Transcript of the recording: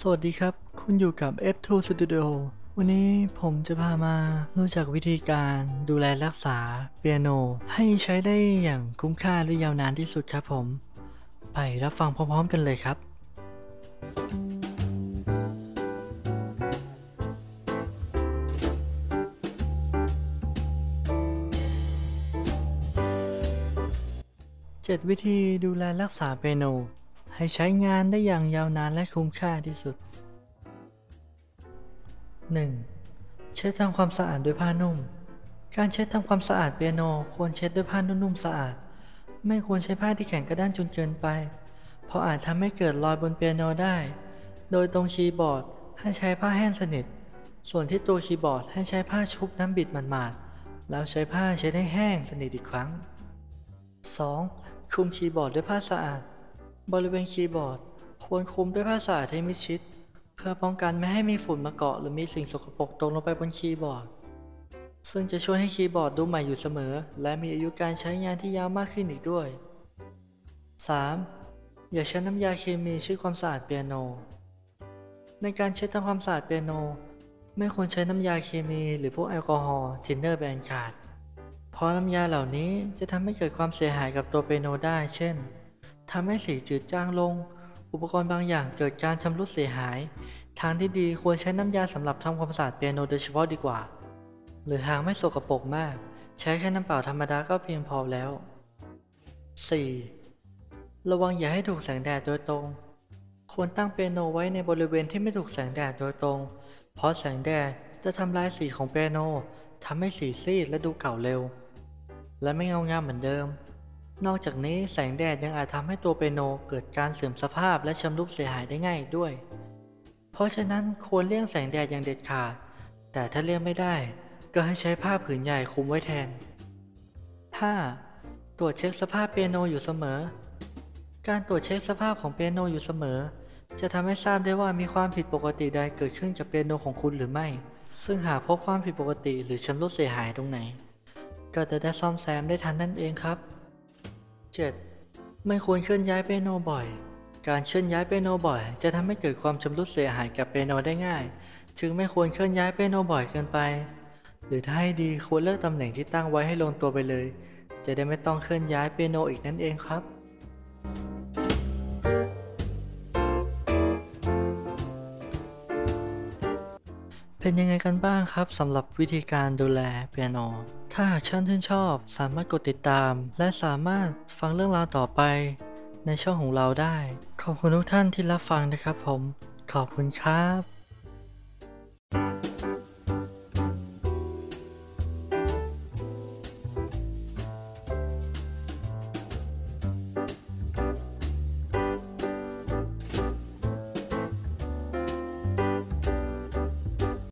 สวัสดีครับคุณอยู่กับ F2 Studio วันนี้ผมจะพามารู้จักวิธีการดูแลรักษาเปียโนให้ใช้ได้อย่างคุ้มค่าและยาวนานที่สุดครับผมไปรับฟังพร้อมๆกันเลยครับ7 วิธีดูแลรักษาเปียโนให้ใช้งานได้อย่างยาวนานและคุ้มค่าที่สุด 1. เช็ดทำความสะอาดด้วยผ้านุ่มการเช็ดทำความสะอาดเปียโนควรเช็ดด้วยผ้านุ่มๆสะอาดไม่ควรใช้ผ้าที่แข็งกระด้างจนเกินไปเพราะอาจทำให้เกิดรอยบนเปียโนได้โดยตรงคีย์บอร์ดให้ใช้ผ้าแห้งสนิทส่วนที่ตัวคีย์บอร์ดให้ใช้ผ้าชุบน้ำบิดหมาดๆแล้วใช้ผ้าเช็ดให้แห้งสนิทอีกครั้ง 2. คลุมคีย์บอร์ดด้วยผ้าสะอาดบริเวณคีย์บอร์ดควรคลุมด้วยผ้าสะอาดให้มิดชิดเพื่อป้องกันไม่ให้มีฝุ่นมาเกาะหรือมีสิ่งสกปรกตกลงไปบนคีย์บอร์ดซึ่งจะช่วยให้คีย์บอร์ดดูใหม่อยู่เสมอและมีอายุการใช้งานที่ยาวมากขึ้นอีกด้วย 3. อย่าใช้น้ำยาเคมีช่วยความสะอาดเปียโนในการเช็ดทำความสะอาดเปียโนไม่ควรใช้น้ำยาเคมีหรือพวกแอลกอฮอล์ทินเนอร์เป็นอันขาดเพราะน้ำยาเหล่านี้จะทำให้เกิดความเสียหายกับตัวเปียโนได้เช่นทำให้สีจืดจางลงอุปกรณ์บางอย่างเกิดการชำรุดเสียหายทางที่ดีควรใช้น้ำยาสำหรับทำความสะอาดเปียโนโดยเฉพาะดีกว่าหรือหากไม่สกปรกมากใช้แค่น้ำเปล่าธรรมดาก็เพียงพอแล้ว 4. ระวังอย่าให้ถูกแสงแดดโดยตรงควรตั้งเปียโนไว้ในบริเวณที่ไม่ถูกแสงแดดโดยตรงเพราะแสงแดดจะทำลายสีของเปียโนทำให้สีซีดและดูเก่าเร็วและไม่เงางามเหมือนเดิมนอกจากนี้แสงแดดยังอาจทำให้ตัวเปียโนเกิดการเสื่อมสภาพและชำรุดเสียหายได้ง่ายอีกด้วยเพราะฉะนั้นควรเลี่ยงแสงแดดอย่างเด็ดขาดแต่ถ้าเลี่ยงไม่ได้ก็ให้ใช้ผ้าผืนใหญ่คลุมไว้แทน 5. ตรวจเช็คสภาพเปียโนอยู่เสมอการตรวจเช็คสภาพของเปียโนอยู่เสมอจะทำให้ทราบได้ว่ามีความผิดปกติใดเกิดขึ้นกับเปียโนของคุณหรือไม่ซึ่งหากพบความผิดปกติหรือชำรุดเสียหายตรงไหนก็จะได้ซ่อมแซมได้ทันนั่นเองครับ 7. ไม่ควรเคลื่อนย้ายเปียโนบ่อยการเคลื่อนย้ายเปียโนบ่อยจะทำให้เกิดความชำรุดเสียหายกับเปียโนได้ง่ายจึงไม่ควรเคลื่อนย้ายเปียโนบ่อยเกินไปหรือถ้าให้ดีควรเลือกตำแหน่งที่ตั้งไว้ให้ลงตัวไปเลยจะได้ไม่ต้องเคลื่อนย้ายเปียโนอีกนั่นเองครับเป็นยังไงกันบ้างครับสำหรับวิธีการดูแลเปียโนถ้าหากท่านชื่นชอบสามารถกดติดตามและสามารถฟังเรื่องราวต่อไปในช่องของเราได้ขอบคุณทุกท่านที่รับฟังนะครับผมขอบคุณครับ